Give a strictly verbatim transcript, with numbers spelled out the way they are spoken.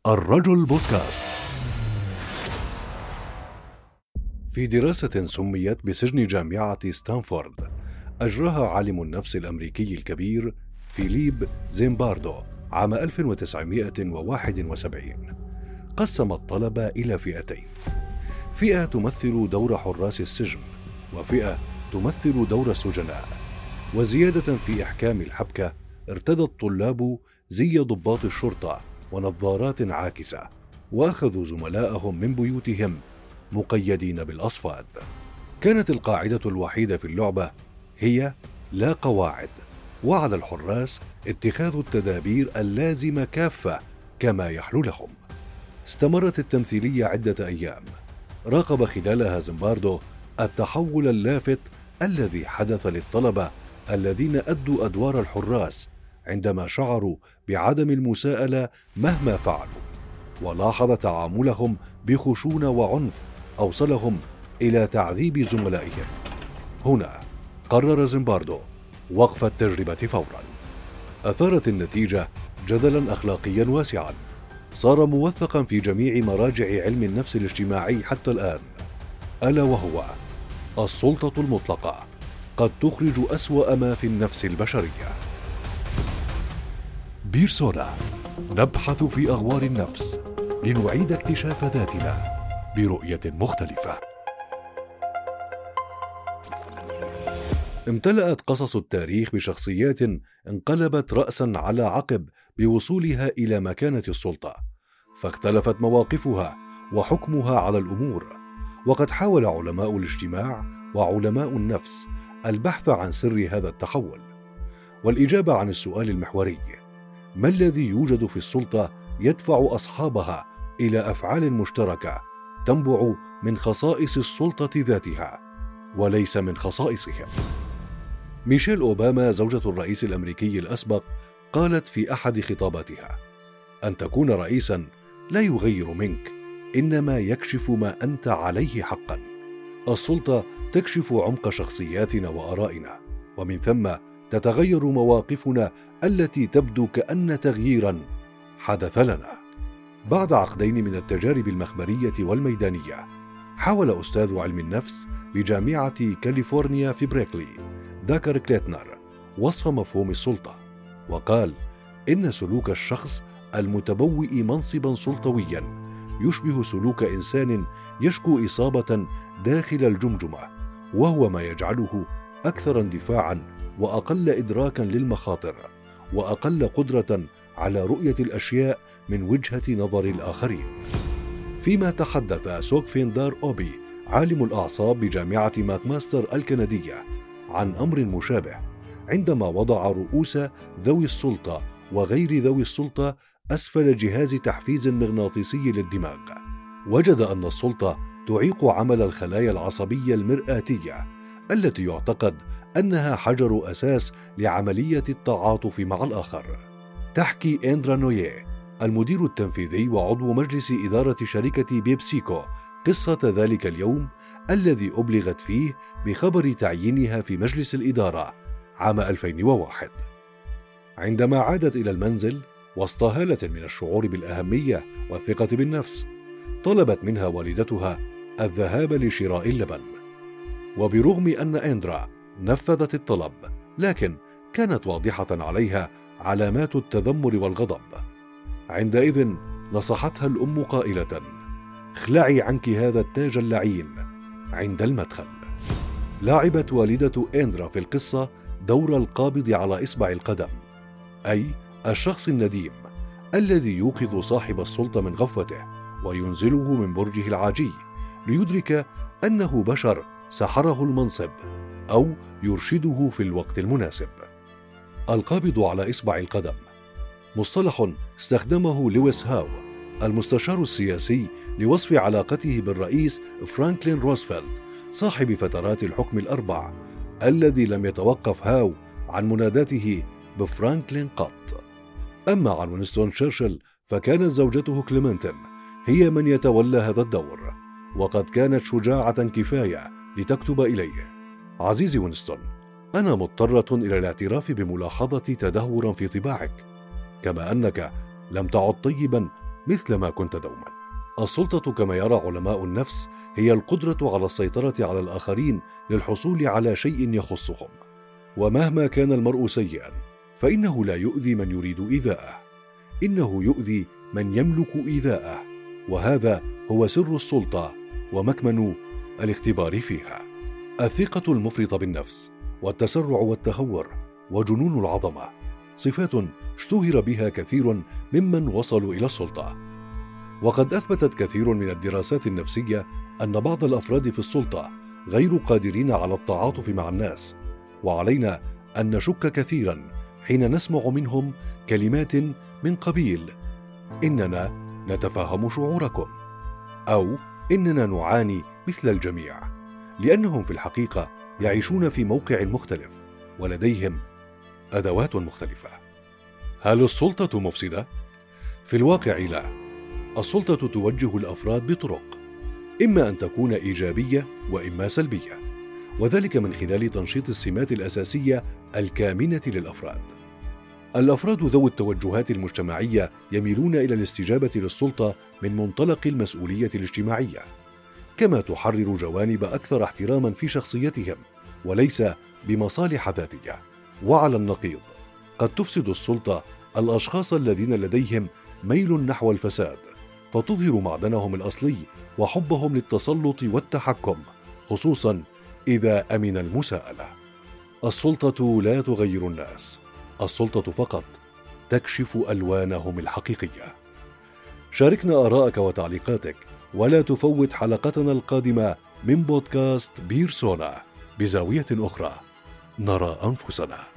الرجل بودكاست. في دراسة سميت بسجن جامعة ستانفورد أجراها عالم النفس الأمريكي الكبير فيليب زيمباردو عام ألف وتسعمائة وواحد وسبعين، قسم الطلبة إلى فئتين: فئة تمثل دور حراس السجن، وفئة تمثل دور السجناء. وزيادة في إحكام الحبكة، ارتدى الطلاب زي ضباط الشرطة ونظارات عاكسة، وأخذوا زملائهم من بيوتهم مقيدين بالأصفاد. كانت القاعدة الوحيدة في اللعبة هي لا قواعد، وعلى الحراس اتخاذ التدابير اللازمة كافة كما يحلو لهم. استمرت التمثيلية عدة أيام، راقب خلالها زيمباردو التحول اللافت الذي حدث للطلبة الذين أدوا أدوار الحراس عندما شعروا بعدم المساءلة مهما فعلوا، ولاحظ تعاملهم بخشونة وعنف أوصلهم إلى تعذيب زملائهم. هنا قرر زيمباردو وقف التجربة فورا. أثارت النتيجة جدلا أخلاقيا واسعا، صار موثقا في جميع مراجع علم النفس الاجتماعي حتى الآن، ألا وهو: السلطة المطلقة قد تخرج أسوأ ما في النفس البشرية. بيرسونا، نبحث في أغوار النفس لنعيد اكتشاف ذاتنا برؤية مختلفة. امتلأت قصص التاريخ بشخصيات انقلبت رأسا على عقب بوصولها إلى مكانة السلطة، فاختلفت مواقفها وحكمها على الأمور. وقد حاول علماء الاجتماع وعلماء النفس البحث عن سر هذا التحول، والإجابة عن السؤال المحوري: ما الذي يوجد في السلطة يدفع أصحابها إلى أفعال مشتركة تنبع من خصائص السلطة ذاتها وليس من خصائصهم؟ ميشيل أوباما زوجة الرئيس الأمريكي الأسبق قالت في أحد خطاباتها: أن تكون رئيسا لا يغير منك، إنما يكشف ما أنت عليه حقا. السلطة تكشف عمق شخصياتنا وآرائنا، ومن ثم تتغير مواقفنا التي تبدو كأن تغييرا حدث لنا. بعد عقدين من التجارب المخبرية والميدانية، حاول أستاذ علم النفس بجامعة كاليفورنيا في بريكلي داكر كليتنر وصف مفهوم السلطة، وقال إن سلوك الشخص المتبوئ منصبا سلطويا يشبه سلوك إنسان يشكو إصابة داخل الجمجمة، وهو ما يجعله أكثر اندفاعا وأقل إدراكا للمخاطر، وأقل قدرة على رؤية الأشياء من وجهة نظر الآخرين. فيما تحدث سوكفيندار أوبي عالم الأعصاب بجامعة ماكماستر الكندية عن أمر مشابه عندما وضع رؤوس ذوي السلطة وغير ذوي السلطة أسفل جهاز تحفيز مغناطيسي للدماغ، وجد أن السلطة تعيق عمل الخلايا العصبية المرآتية التي يعتقد أنها حجر أساس لعملية التعاطف مع الآخر. تحكي إندرا نويه المدير التنفيذي وعضو مجلس إدارة شركة بيبسيكو قصة ذلك اليوم الذي أبلغت فيه بخبر تعيينها في مجلس الإدارة عام ألفين وواحد. عندما عادت إلى المنزل وسط هالة من الشعور بالأهمية والثقة بالنفس، طلبت منها والدتها الذهاب لشراء اللبن، وبرغم أن إندرا نفذت الطلب، لكن كانت واضحة عليها علامات التذمر والغضب. عندئذ نصحتها الأم قائلة: اخلعي عنك هذا التاج اللعين عند المدخل. لعبت والدة إندرا في القصة دور القابض على إصبع القدم، أي الشخص النديم الذي يوقظ صاحب السلطة من غفوته وينزله من برجه العاجي ليدرك أنه بشر سحره المنصب، أو يرشده في الوقت المناسب. القابض على إصبع القدم مصطلح استخدمه لويس هاو المستشار السياسي لوصف علاقته بالرئيس فرانكلين روزفلت صاحب فترات الحكم الأربع، الذي لم يتوقف هاو عن مناداته بفرانكلين قط. أما عن وينستون تشرشل فكانت زوجته كليمنتين هي من يتولى هذا الدور، وقد كانت شجاعة كفاية لتكتب إليه: عزيزي وينستون، أنا مضطرة إلى الاعتراف بملاحظة تدهورا في طباعك، كما أنك لم تعد طيبا مثل ما كنت دوما. السلطة كما يرى علماء النفس هي القدرة على السيطرة على الآخرين للحصول على شيء يخصهم، ومهما كان المرء سيئا فإنه لا يؤذي من يريد إيذاءه، إنه يؤذي من يملك إيذاءه، وهذا هو سر السلطة ومكمن الاختبار فيها. الثقة المفرطة بالنفس والتسرع والتهور وجنون العظمة صفات اشتهر بها كثير ممن وصلوا إلى السلطة. وقد أثبتت كثير من الدراسات النفسية أن بعض الأفراد في السلطة غير قادرين على التعاطف مع الناس، وعلينا أن نشك كثيرا حين نسمع منهم كلمات من قبيل إننا نتفهم شعوركم، أو إننا نعاني مثل الجميع، لأنهم في الحقيقة يعيشون في موقع مختلف ولديهم أدوات مختلفة. هل السلطة مفسدة؟ في الواقع لا. السلطة توجه الأفراد بطرق، إما أن تكون إيجابية وإما سلبية، وذلك من خلال تنشيط السمات الأساسية الكامنة للأفراد. الأفراد ذوي التوجهات المجتمعية يميلون إلى الاستجابة للسلطة من منطلق المسؤولية الاجتماعية، كما تحرر جوانب أكثر احتراما في شخصيتهم وليس بمصالح ذاتية. وعلى النقيض قد تفسد السلطة الأشخاص الذين لديهم ميل نحو الفساد، فتظهر معدنهم الأصلي وحبهم للتسلط والتحكم، خصوصا إذا أمن المساءلة. السلطة لا تغير الناس، السلطة فقط تكشف ألوانهم الحقيقية. شاركنا آراءك وتعليقاتك، ولا تفوت حلقتنا القادمة من بودكاست بيرسونا بزاوية أخرى نرى أنفسنا.